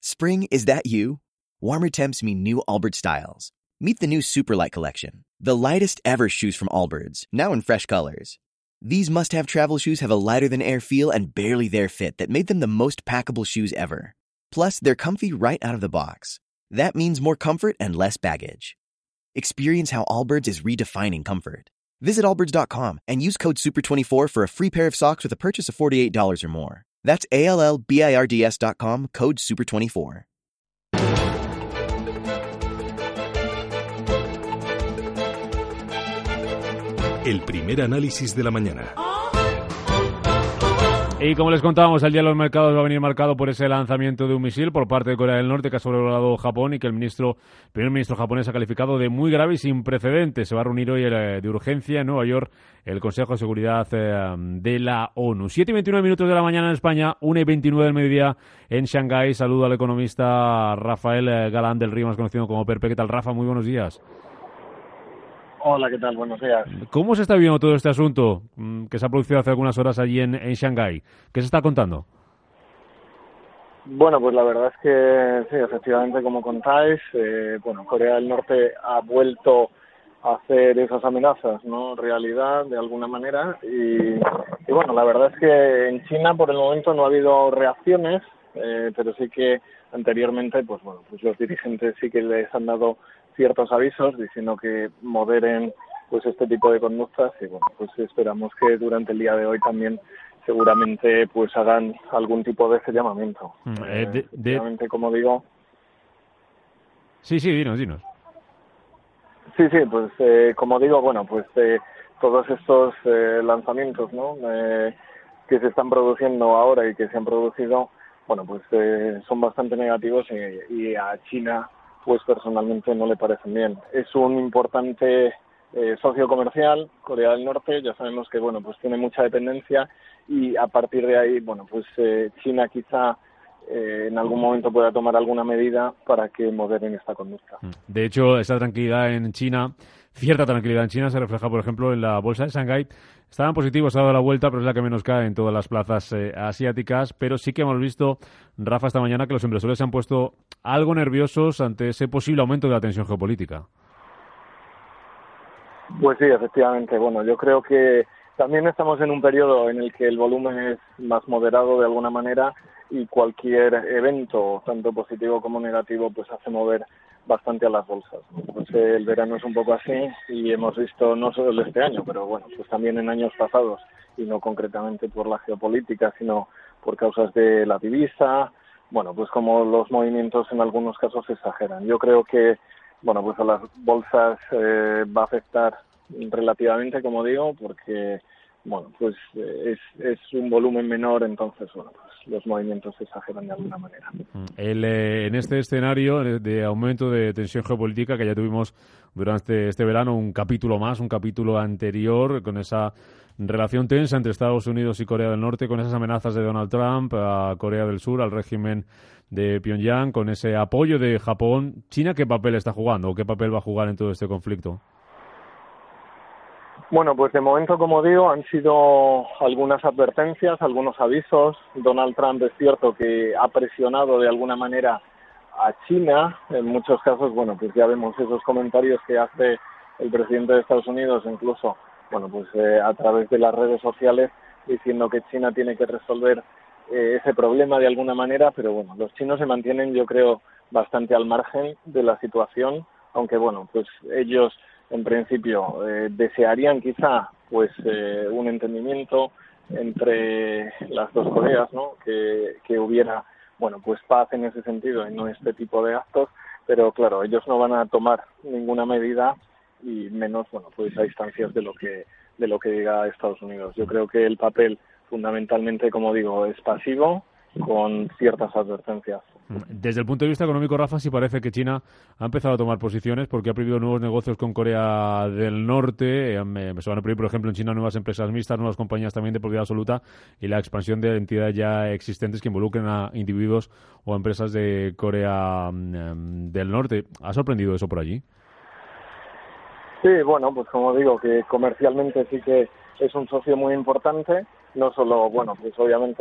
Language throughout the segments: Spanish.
Spring, is that you? Warmer temps mean new Allbirds styles. Meet the new Superlight collection, the lightest ever shoes from Allbirds, now in fresh colors. These must-have travel shoes have a lighter-than-air feel and barely-there fit that made them the most packable shoes ever. Plus, they're comfy right out of the box. That means more comfort and less baggage. Experience how Allbirds is redefining comfort. Visit allbirds.com and use code SUPER24 for a free pair of socks with a purchase of $48 or more. That's ALLBIRDS.com, code SUPER24. El primer análisis de la mañana. Y como les contábamos, el día de los mercados va a venir marcado por ese lanzamiento de un misil por parte de Corea del Norte que ha sobrevolado Japón y que el primer ministro japonés ha calificado de muy grave y sin precedentes. Se va a reunir hoy de urgencia en Nueva York el Consejo de Seguridad de la ONU. 7:29 de la mañana en España, 1:29 del mediodía en Shanghái. Saludo al economista Rafael Galán del Río, más conocido como Perpe. ¿Qué tal, Rafa? Muy buenos días. Hola, ¿qué tal? Buenos días. ¿Cómo se está viendo todo este asunto que se ha producido hace algunas horas allí en Shanghái? ¿Qué se está contando? Bueno, pues la verdad es que sí, efectivamente, como contáis, Corea del Norte ha vuelto a hacer esas amenazas, ¿no? Realidad, de alguna manera. Y bueno, la verdad es que en China, por el momento, no ha habido reacciones, pero sí que anteriormente, pues los dirigentes sí que les han dado ciertos avisos diciendo que moderen pues este tipo de conductas y bueno, pues esperamos que durante el día de hoy también seguramente pues hagan algún tipo de ese llamamiento. Efectivamente, como digo. Sí, dinos. Sí, pues como digo, todos estos lanzamientos, ¿no? Que se están produciendo ahora y que se han producido, son bastante negativos y a China pues personalmente no le parecen bien. Es un importante socio comercial, Corea del Norte, ya sabemos que tiene mucha dependencia y a partir de ahí, China quizá en algún momento pueda tomar alguna medida para que moderen esta conducta. De hecho, esa tranquilidad en China, cierta tranquilidad en China, se refleja, por ejemplo, en la bolsa de Shanghái. Estaban positivos, ha dado la vuelta, pero es la que menos cae en todas las plazas asiáticas. Pero sí que hemos visto, Rafa, esta mañana que los inversores se han puesto algo nerviosos ante ese posible aumento de la tensión geopolítica. Pues sí, efectivamente. Bueno, yo creo que también estamos en un periodo en el que el volumen es más moderado de alguna manera y cualquier evento, tanto positivo como negativo, pues hace mover bastante a las bolsas. Pues el verano es un poco así y hemos visto no solo este año, pero pues también en años pasados, y no concretamente por la geopolítica, sino por causas de la divisa, pues como los movimientos en algunos casos se exageran. Yo creo que a las bolsas va a afectar relativamente, como digo, porque es un volumen menor, entonces los movimientos se exageran de alguna manera. En este escenario de aumento de tensión geopolítica que ya tuvimos durante este verano, un capítulo anterior con esa relación tensa entre Estados Unidos y Corea del Norte, con esas amenazas de Donald Trump a Corea del Sur, al régimen de Pyongyang, con ese apoyo de Japón. ¿China qué papel está jugando o qué papel va a jugar en todo este conflicto? Pues de momento, como digo, han sido algunas advertencias, algunos avisos. Donald Trump es cierto que ha presionado de alguna manera a China. En muchos casos, ya vemos esos comentarios que hace el presidente de Estados Unidos, incluso, a través de las redes sociales, diciendo que China tiene que resolver ese problema de alguna manera, pero los chinos se mantienen, yo creo, bastante al margen de la situación, aunque ellos en principio desearían quizá un entendimiento entre las dos Coreas, ¿no? Que hubiera paz en ese sentido y no este tipo de actos, pero claro, ellos no van a tomar ninguna medida y menos a instancias de lo que diga Estados Unidos. Yo creo que el papel fundamentalmente, como digo, es pasivo, con ciertas advertencias. Desde el punto de vista económico, Rafa, sí parece que China ha empezado a tomar posiciones porque ha prohibido nuevos negocios con Corea del Norte. Se van a prohibir, por ejemplo, en China nuevas empresas mixtas, nuevas compañías también de propiedad absoluta y la expansión de entidades ya existentes que involucren a individuos o empresas de Corea del Norte. ¿Ha sorprendido eso por allí? Sí, como digo, que comercialmente sí que es un socio muy importante, no solo, obviamente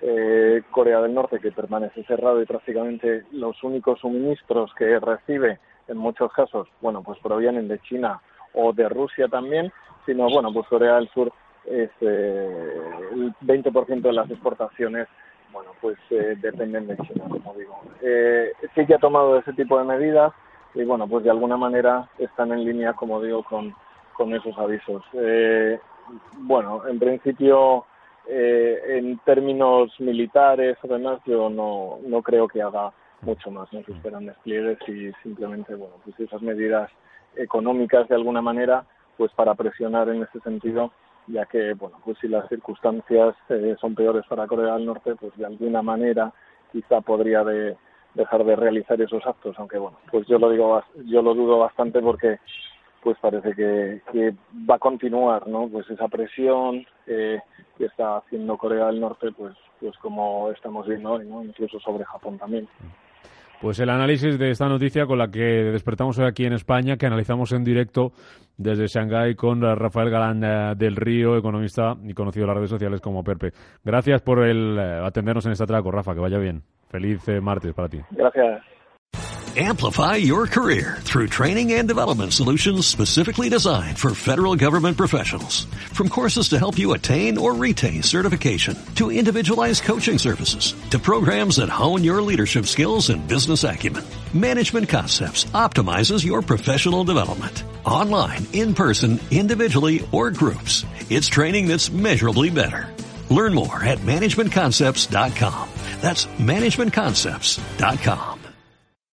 Corea del Norte, que permanece cerrado y prácticamente los únicos suministros que recibe en muchos casos, bueno, pues provienen de China o de Rusia también, sino, bueno, pues Corea del Sur es el 20% de las exportaciones, bueno, pues dependen de China, como digo. Sí que ha tomado ese tipo de medidas y, bueno, pues de alguna manera están en línea, como digo, con esos avisos. Bueno, en principio, en términos militares, además, yo no creo que haga mucho más, no se esperan despliegues y simplemente, bueno, pues esas medidas económicas de alguna manera, pues para presionar en ese sentido, ya que, bueno, pues si las circunstancias son peores para Corea del Norte, pues de alguna manera quizá podría dejar de realizar esos actos, aunque, bueno, pues yo lo dudo bastante porque pues parece que va a continuar, ¿no? Pues esa presión que está haciendo Corea del Norte, pues como estamos viendo hoy, ¿no? Incluso sobre Japón también. Pues el análisis de esta noticia con la que despertamos hoy aquí en España, que analizamos en directo desde Shanghái con Rafael Galán del Río, economista y conocido en las redes sociales como Perpe. Gracias por atendernos en este atraco, Rafa, que vaya bien. Feliz martes para ti. Gracias. Amplify your career through training and development solutions specifically designed for federal government professionals. From courses to help you attain or retain certification, to individualized coaching services, to programs that hone your leadership skills and business acumen, Management Concepts optimizes your professional development. Online, in person, individually, or groups, it's training that's measurably better. Learn more at managementconcepts.com. That's managementconcepts.com.